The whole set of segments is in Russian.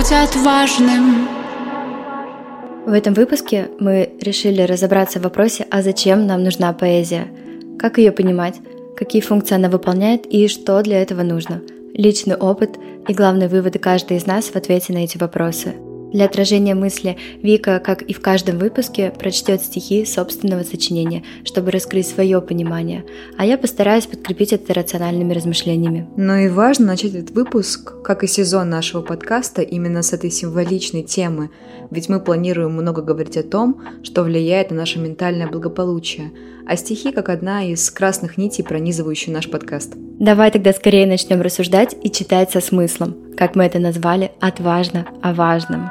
быть отважным. В этом выпуске мы решили разобраться в вопросе, а зачем нам нужна поэзия, как ее понимать, какие функции она выполняет и что для этого нужно, личный опыт и главные выводы каждой из нас в ответе на эти вопросы. Для отражения мысли Вика, как и в каждом выпуске, прочтет стихи собственного сочинения, чтобы раскрыть свое понимание, а я постараюсь подкрепить это рациональными размышлениями. Ну и важно начать этот выпуск, как и сезон нашего подкаста, именно с этой символичной темы, ведь мы планируем много говорить о том, что влияет на наше ментальное благополучие, а стихи как одна из красных нитей, пронизывающих наш подкаст. Давай тогда скорее начнем рассуждать и читать со смыслом, как мы это назвали, «Отважно о важном».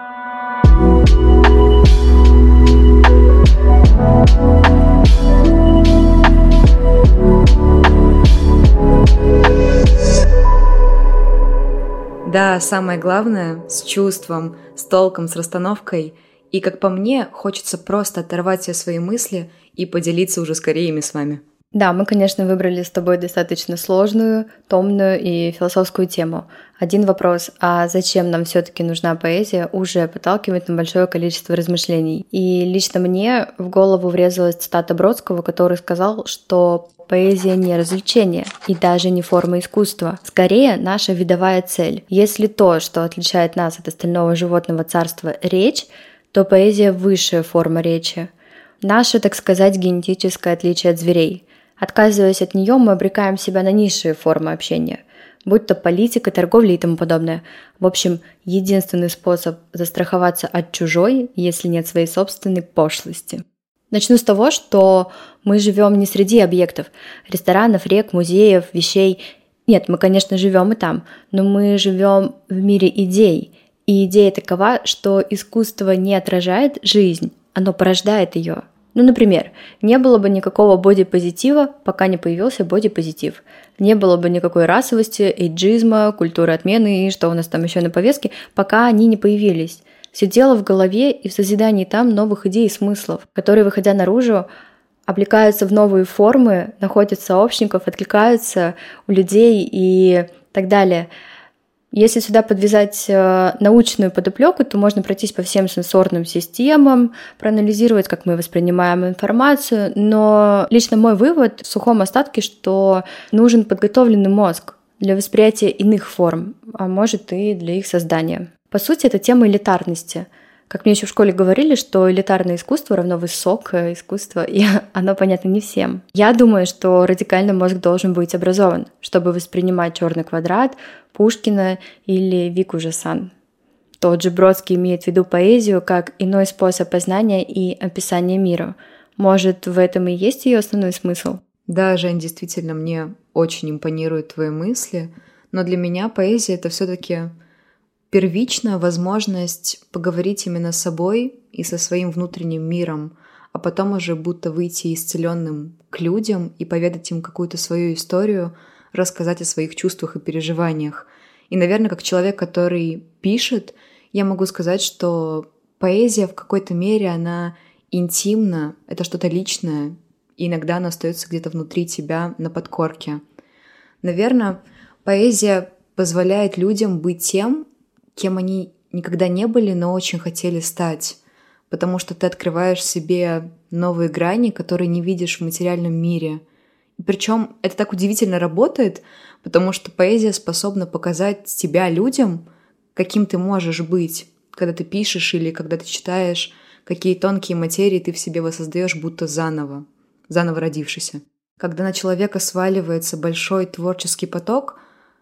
Да, самое главное, с чувством, с толком, с расстановкой. И, как по мне, хочется просто оторвать все свои мысли и поделиться уже скорее ими с вами. Да, мы, конечно, выбрали с тобой достаточно сложную, томную и философскую тему. Один вопрос, а зачем нам все-таки нужна поэзия, уже подталкивает на большое количество размышлений. И лично мне в голову врезалась цитата Бродского, который сказал, что поэзия не развлечение и даже не форма искусства. Скорее, наша видовая цель. Если то, что отличает нас от остального животного царства, речь, то поэзия — высшая форма речи. Наше, так сказать, генетическое отличие от зверей. Отказываясь от нее, мы обрекаем себя на низшие формы общения, будь то политика, торговля и тому подобное. В общем, единственный способ застраховаться от чужой, если нет своей собственной пошлости. Начну с того, что мы живем не среди объектов, ресторанов, рек, музеев, вещей. Нет, мы, конечно, живем и там, но мы живем в мире идей. И идея такова, что искусство не отражает жизнь, оно порождает ее. Ну, например, не было бы никакого бодипозитива, пока не появился бодипозитив. Не было бы никакой расовости, эйджизма, культуры отмены и что у нас там еще на повестке, пока они не появились. Все дело в голове и в созидании там новых идей и смыслов, которые, выходя наружу, облекаются в новые формы, находят сообщников, откликаются у людей и так далее. Если сюда подвязать научную подоплеку, то можно пройтись по всем сенсорным системам, проанализировать, как мы воспринимаем информацию, но лично мой вывод в сухом остатке, что нужен подготовленный мозг для восприятия иных форм, а может и для их создания. По сути, это тема элитарности. Как мне еще в школе говорили, что элитарное искусство равно высокое искусство, и оно понятно не всем. Я думаю, что радикальный мозг должен быть образован, чтобы воспринимать «Черный квадрат», Пушкина или Вику Жасан. Тот же Бродский имеет в виду поэзию как иной способ познания и описания мира. Может, в этом и есть ее основной смысл? Да, Жень, действительно, мне очень импонируют твои мысли, но для меня поэзия — это все-таки первичная возможность поговорить именно с собой и со своим внутренним миром, а потом уже будто выйти исцеленным к людям и поведать им какую-то свою историю, рассказать о своих чувствах и переживаниях. И, наверное, как человек, который пишет, я могу сказать, что поэзия в какой-то мере, она интимна, это что-то личное, и иногда она остается где-то внутри тебя на подкорке. Наверное, поэзия позволяет людям быть тем, кем они никогда не были, но очень хотели стать, потому что ты открываешь себе новые грани, которые не видишь в материальном мире. И причем это так удивительно работает, потому что поэзия способна показать тебя людям, каким ты можешь быть, когда ты пишешь или когда ты читаешь, какие тонкие материи ты в себе воссоздаешь будто заново родившийся. Когда на человека сваливается большой творческий поток,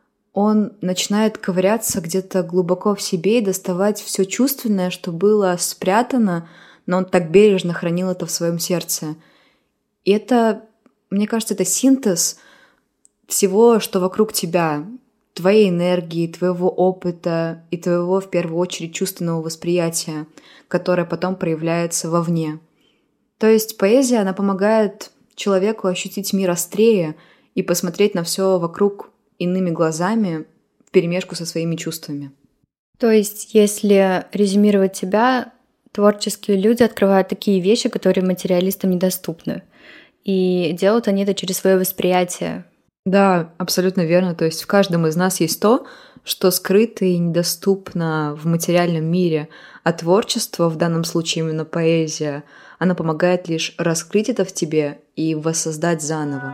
он начинает ковыряться где-то глубоко в себе и доставать все чувственное, что было спрятано, но он так бережно хранил это в своем сердце. И это, мне кажется, это синтез всего, что вокруг тебя, твоей энергии, твоего опыта и твоего, в первую очередь, чувственного восприятия, которое потом проявляется вовне. То есть поэзия, она помогает человеку ощутить мир острее и посмотреть на все вокруг иными глазами вперемешку со своими чувствами. То есть, если резюмировать тебя, творческие люди открывают такие вещи, которые материалистам недоступны. И делают они это через свое восприятие. Да, абсолютно верно. То есть в каждом из нас есть то, что скрыто и недоступно в материальном мире, а творчество, в данном случае именно поэзия, она помогает лишь раскрыть это в тебе и воссоздать заново.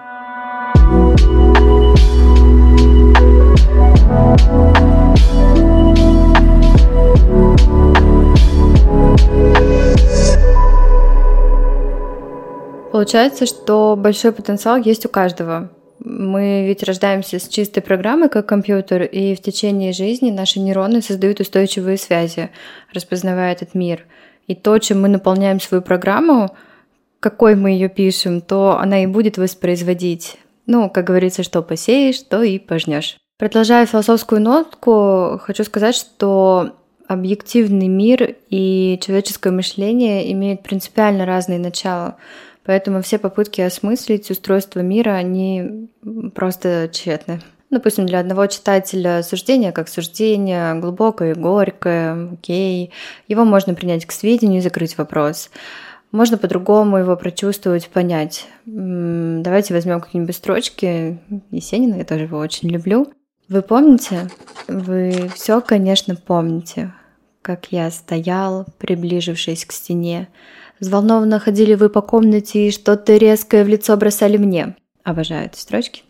Получается, что большой потенциал есть у каждого. Мы ведь рождаемся с чистой программой, как компьютер, и в течение жизни наши нейроны создают устойчивые связи, распознавая этот мир. И то, чем мы наполняем свою программу, какой мы ее пишем, то она и будет воспроизводить. Как говорится, что посеешь, то и пожнешь. Продолжая философскую нотку, хочу сказать, что объективный мир и человеческое мышление имеют принципиально разные начала. Поэтому все попытки осмыслить устройство мира, они просто тщетны. Допустим, для одного читателя суждение как суждение, глубокое и горькое, окей. Его можно принять к сведению и закрыть вопрос. Можно по-другому его прочувствовать, понять. Давайте возьмем какие-нибудь строчки Есенина, я тоже его очень люблю. Вы помните? Вы все, конечно, помните, как я стоял, приближившись к стене. Взволнованно ходили вы по комнате и что-то резкое в лицо бросали мне. Обожаю эти строчки.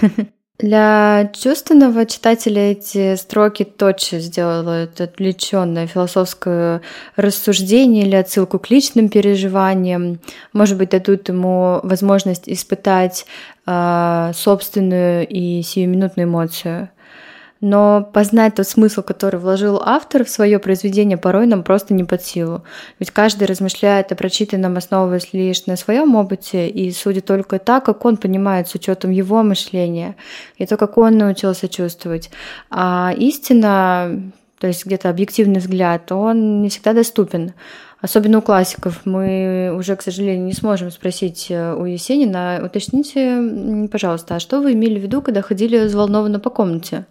Для чувственного читателя эти строки тотчас сделают отвлеченное философское рассуждение или отсылку к личным переживаниям. Может быть, дадут ему возможность испытать собственную и сиюминутную эмоцию. Но познать тот смысл, который вложил автор в свое произведение, порой нам просто не под силу. Ведь каждый размышляет о прочитанном, основываясь лишь на своем опыте и судит только так, как он понимает, с учетом его мышления, и то, как он научился чувствовать. А истина, то есть где-то объективный взгляд, он не всегда доступен. Особенно у классиков. Мы уже, к сожалению, не сможем спросить у Есенина: уточните, пожалуйста, а что вы имели в виду, когда ходили взволнованно по комнате?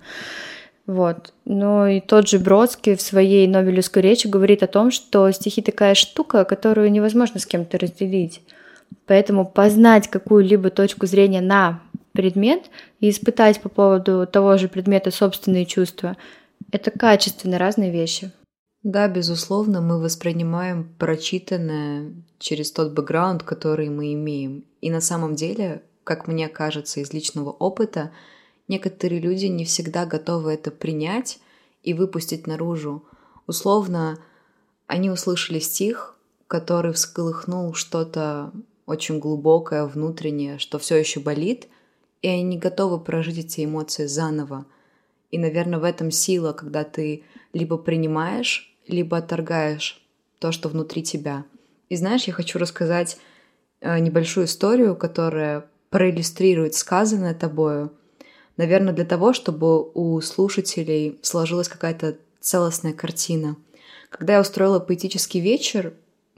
Но и тот же Бродский в своей нобелевской речи говорит о том, что стихи такая штука, которую невозможно с кем-то разделить. Поэтому познать какую-либо точку зрения на предмет и испытать по поводу того же предмета собственные чувства — это качественно разные вещи. Да, безусловно, мы воспринимаем прочитанное через тот бэкграунд, который мы имеем. И на самом деле, как мне кажется из личного опыта, некоторые люди не всегда готовы это принять и выпустить наружу. Условно, они услышали стих, который всколыхнул что-то очень глубокое, внутреннее, что все еще болит, и они не готовы прожить эти эмоции заново. И, наверное, в этом сила, когда ты либо принимаешь, либо отторгаешь то, что внутри тебя. И знаешь, я хочу рассказать небольшую историю, которая проиллюстрирует сказанное тобою. Наверное, для того, чтобы у слушателей сложилась какая-то целостная картина. Когда я устроила поэтический вечер,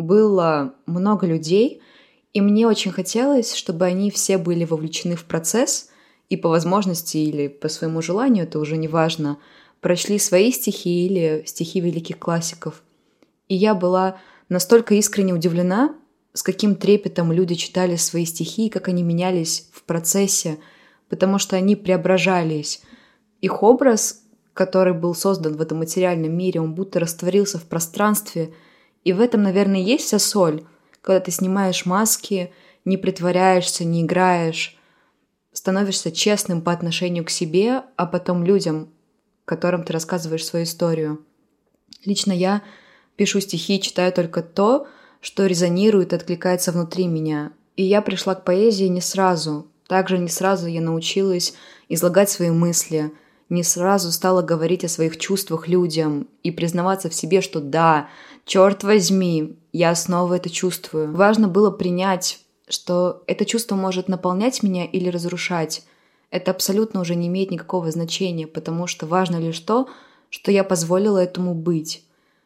было много людей, и мне очень хотелось, чтобы они все были вовлечены в процесс и по возможности или по своему желанию, это уже не важно, прочли свои стихи или стихи великих классиков. И я была настолько искренне удивлена, с каким трепетом люди читали свои стихи, как они менялись в процессе, потому что они преображались. Их образ, который был создан в этом материальном мире, он будто растворился в пространстве. И в этом, наверное, есть вся соль, когда ты снимаешь маски, не притворяешься, не играешь, становишься честным по отношению к себе, а потом людям, которым ты рассказываешь свою историю. Лично я пишу стихи, читаю только то, что резонирует, откликается внутри меня. И я пришла к поэзии не сразу. Также не сразу я научилась излагать свои мысли, не сразу стала говорить о своих чувствах людям и признаваться в себе, что да, черт возьми, я снова это чувствую. Важно было принять, что это чувство может наполнять меня или разрушать. Это абсолютно уже не имеет никакого значения, потому что важно лишь то, что я позволила этому быть.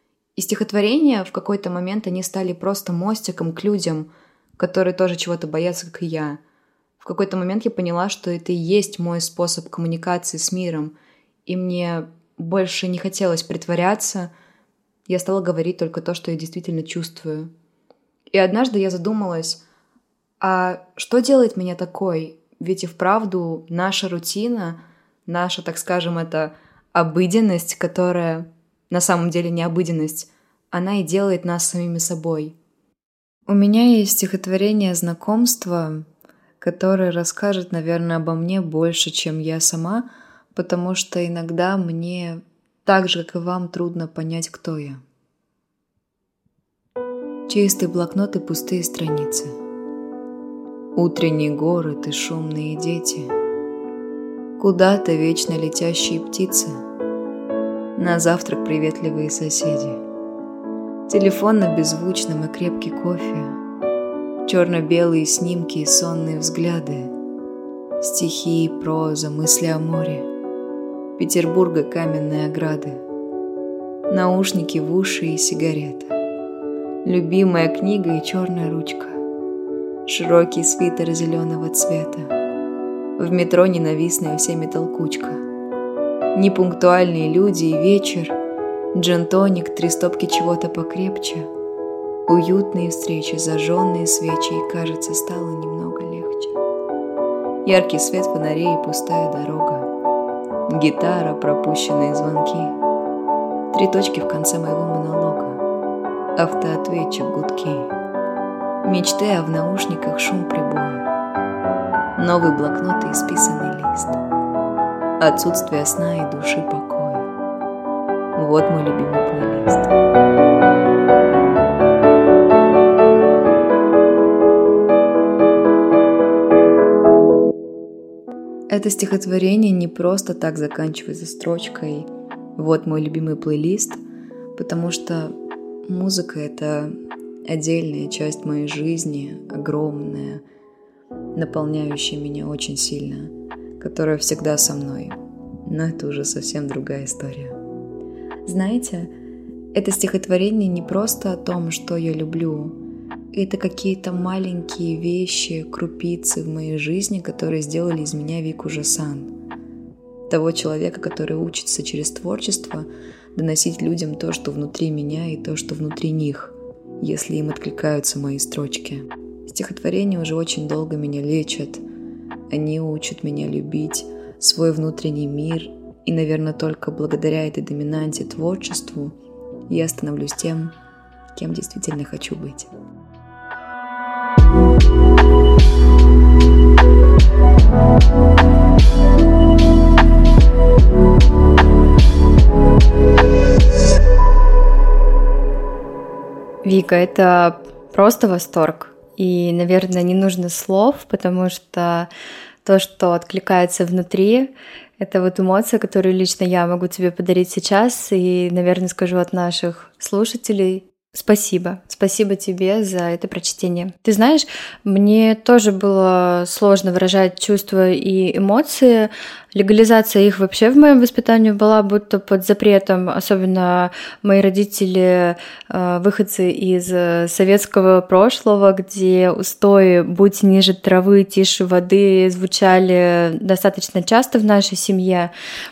И стихотворения в какой-то момент они стали просто мостиком к людям, которые тоже чего-то боятся, как и я. В какой-то момент я поняла, что это и есть мой способ коммуникации с миром, и мне больше не хотелось притворяться, я стала говорить только то, что я действительно чувствую. И однажды я задумалась, а что делает меня такой? Ведь и вправду наша рутина, наша, так скажем, это обыденность, которая на самом деле не обыденность, она и делает нас самими собой. У меня есть стихотворение «Знакомство», которое расскажет, наверное, обо мне больше, чем я сама, потому что иногда мне так же, как и вам, трудно понять, кто я. Чистый блокнот и пустые страницы. Утренний город и шумные дети. Куда-то вечно летящие птицы. На завтрак приветливые соседи. Телефон на беззвучном и крепкий кофе. Черно-белые снимки и сонные взгляды. Стихи и проза, мысли о море. Петербурга каменные ограды. Наушники в уши и сигарета. Любимая книга и черная ручка. Широкий свитер зеленого цвета. В метро ненавистная всеми толкучка. Непунктуальные люди и вечер. Джин-тоник, 3 стопки чего-то покрепче. Уютные встречи, зажженные свечи, и, кажется, стало немного легче. Яркий свет фонарей и пустая дорога. Гитара, пропущенные звонки. 3 точки в конце моего монолога. Автоответчик, гудки. Мечты, а в наушниках шум прибоя. Новый блокнот и исписанный лист. Отсутствие сна и души покоя. Вот мой любимый плейлист. Это стихотворение не просто так заканчивается строчкой «Вот мой любимый плейлист», потому что музыка — это отдельная часть моей жизни, огромная, наполняющая меня очень сильно, которая всегда со мной. Но это уже совсем другая история. Знаете, это стихотворение не просто о том, что я люблю. Это какие-то маленькие вещи, крупицы в моей жизни, которые сделали из меня Вику Жасан. Того человека, который учится через творчество доносить людям то, что внутри меня, и то, что внутри них, если им откликаются мои строчки. Стихотворения уже очень долго меня лечат. Они учат меня любить свой внутренний мир, и, наверное, только благодаря этой доминанте творчеству я становлюсь тем, кем действительно хочу быть. Вика, это просто восторг. И, наверное, не нужно слов, потому что то, что откликается внутри, это вот эмоция, которую лично я могу тебе подарить сейчас. И, наверное, скажу от наших слушателей спасибо. Спасибо тебе за это прочтение. Ты знаешь, мне тоже было сложно выражать чувства и эмоции. Легализация их вообще в моем воспитании была будто под запретом. Особенно мои родители, выходцы из советского прошлого, где устои «будь ниже травы, тише воды» звучали достаточно часто в нашей семье.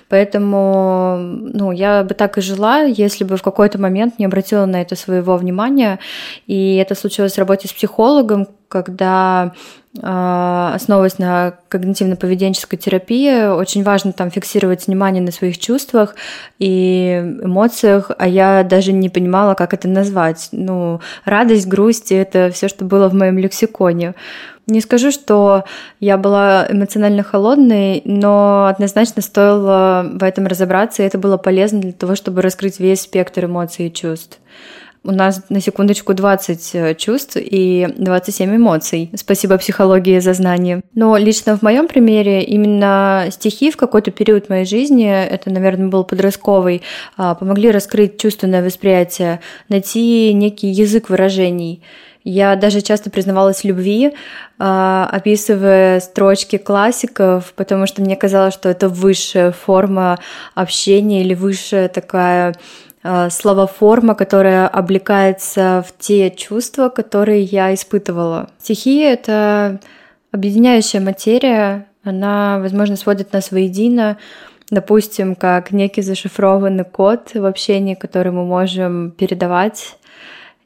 Поэтому я бы так и жила, если бы в какой-то момент не обратила на это своего внимания. И это случилось в работе с психологом, когда, основываясь на когнитивно-поведенческой терапии, очень важно там фиксировать внимание на своих чувствах и эмоциях, а я даже не понимала, как это назвать. Радость, грусть — это все, что было в моем лексиконе. Не скажу, что я была эмоционально холодной, но однозначно стоило в этом разобраться, и это было полезно для того, чтобы раскрыть весь спектр эмоций и чувств. У нас, на секундочку, 20 чувств и 27 эмоций. Спасибо психологии за знание. Но лично в моем примере именно стихи в какой-то период моей жизни, это, наверное, был подростковый, помогли раскрыть чувственное восприятие, найти некий язык выражений. Я даже часто признавалась в любви, описывая строчки классиков, потому что мне казалось, что это высшая форма общения или высшая такая словоформа, которая облекается в те чувства, которые я испытывала. Стихи — это объединяющая материя, она, возможно, сводит нас воедино, допустим, как некий зашифрованный код в общении, который мы можем передавать.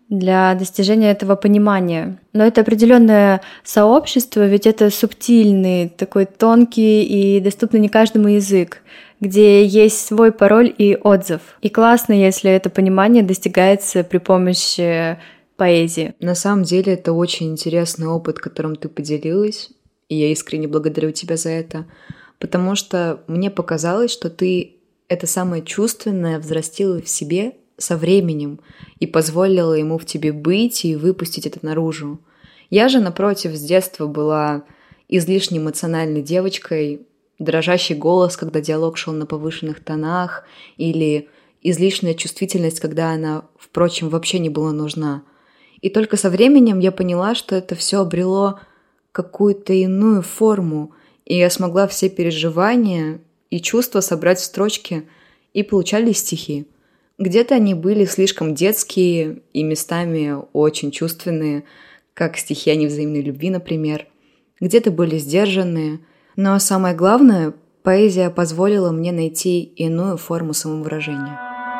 для достижения этого понимания. Но это определенное сообщество, ведь это субтильный, такой тонкий и доступный не каждому язык, где есть свой пароль и отзыв. И классно, если это понимание достигается при помощи поэзии. На самом деле это очень интересный опыт, которым ты поделилась, и я искренне благодарю тебя за это, потому что мне показалось, что ты это самое чувственное взрастила в себе со временем и позволила ему в тебе быть и выпустить это наружу. Я же, напротив, с детства была излишне эмоциональной девочкой, дрожащий голос, когда диалог шел на повышенных тонах, или излишняя чувствительность, когда она, впрочем, вообще не была нужна. И только со временем я поняла, что это все обрело какую-то иную форму, и я смогла все переживания и чувства собрать в строчки, и получались стихи. Где-то они были слишком детские и местами очень чувственные, как стихи о невзаимной любви, например. Где-то были сдержанные, но самое главное, поэзия позволила мне найти иную форму самовыражения.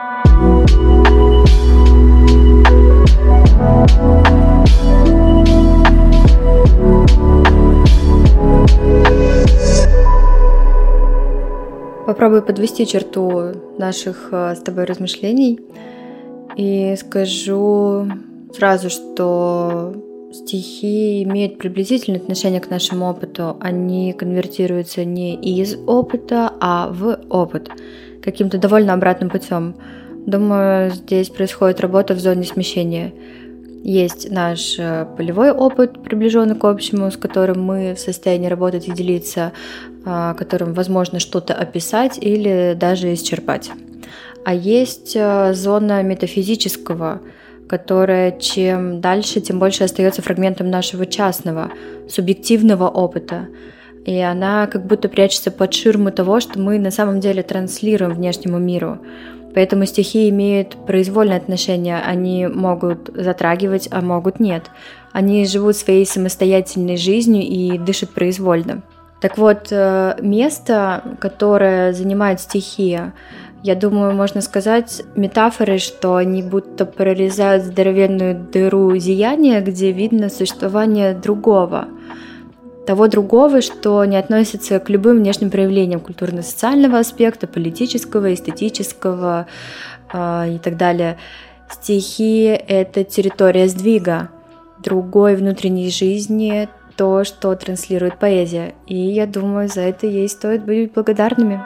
Попробую подвести черту наших с тобой размышлений и скажу сразу, что стихи имеют приблизительное отношение к нашему опыту. Они конвертируются не из опыта, а в опыт, каким-то довольно обратным путем. Думаю, здесь происходит работа в зоне смещения. Есть наш полевой опыт, приближенный к общему, с которым мы в состоянии работать и делиться, которым возможно что-то описать или даже исчерпать. А есть зона метафизического, которая чем дальше, тем больше остается фрагментом нашего частного, субъективного опыта. И она как будто прячется под ширму того, что мы на самом деле транслируем внешнему миру. Поэтому стихи имеют произвольное отношение, они могут затрагивать, а могут нет. Они живут своей самостоятельной жизнью и дышат произвольно. Так вот, место, которое занимает стихи, я думаю, можно сказать метафорой, что они будто прорезают здоровенную дыру зияния, где видно существование другого. Того другого, что не относится к любым внешним проявлениям культурно-социального аспекта, политического, эстетического и так далее. Стихи — это территория сдвига, другой внутренней жизни, то, что транслирует поэзия. И я думаю, за это ей стоит быть благодарными.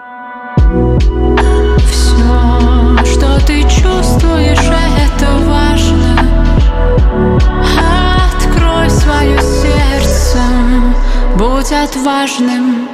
Все, что ты чувствуешь, это важно. Открой свое сердце, будь отважным.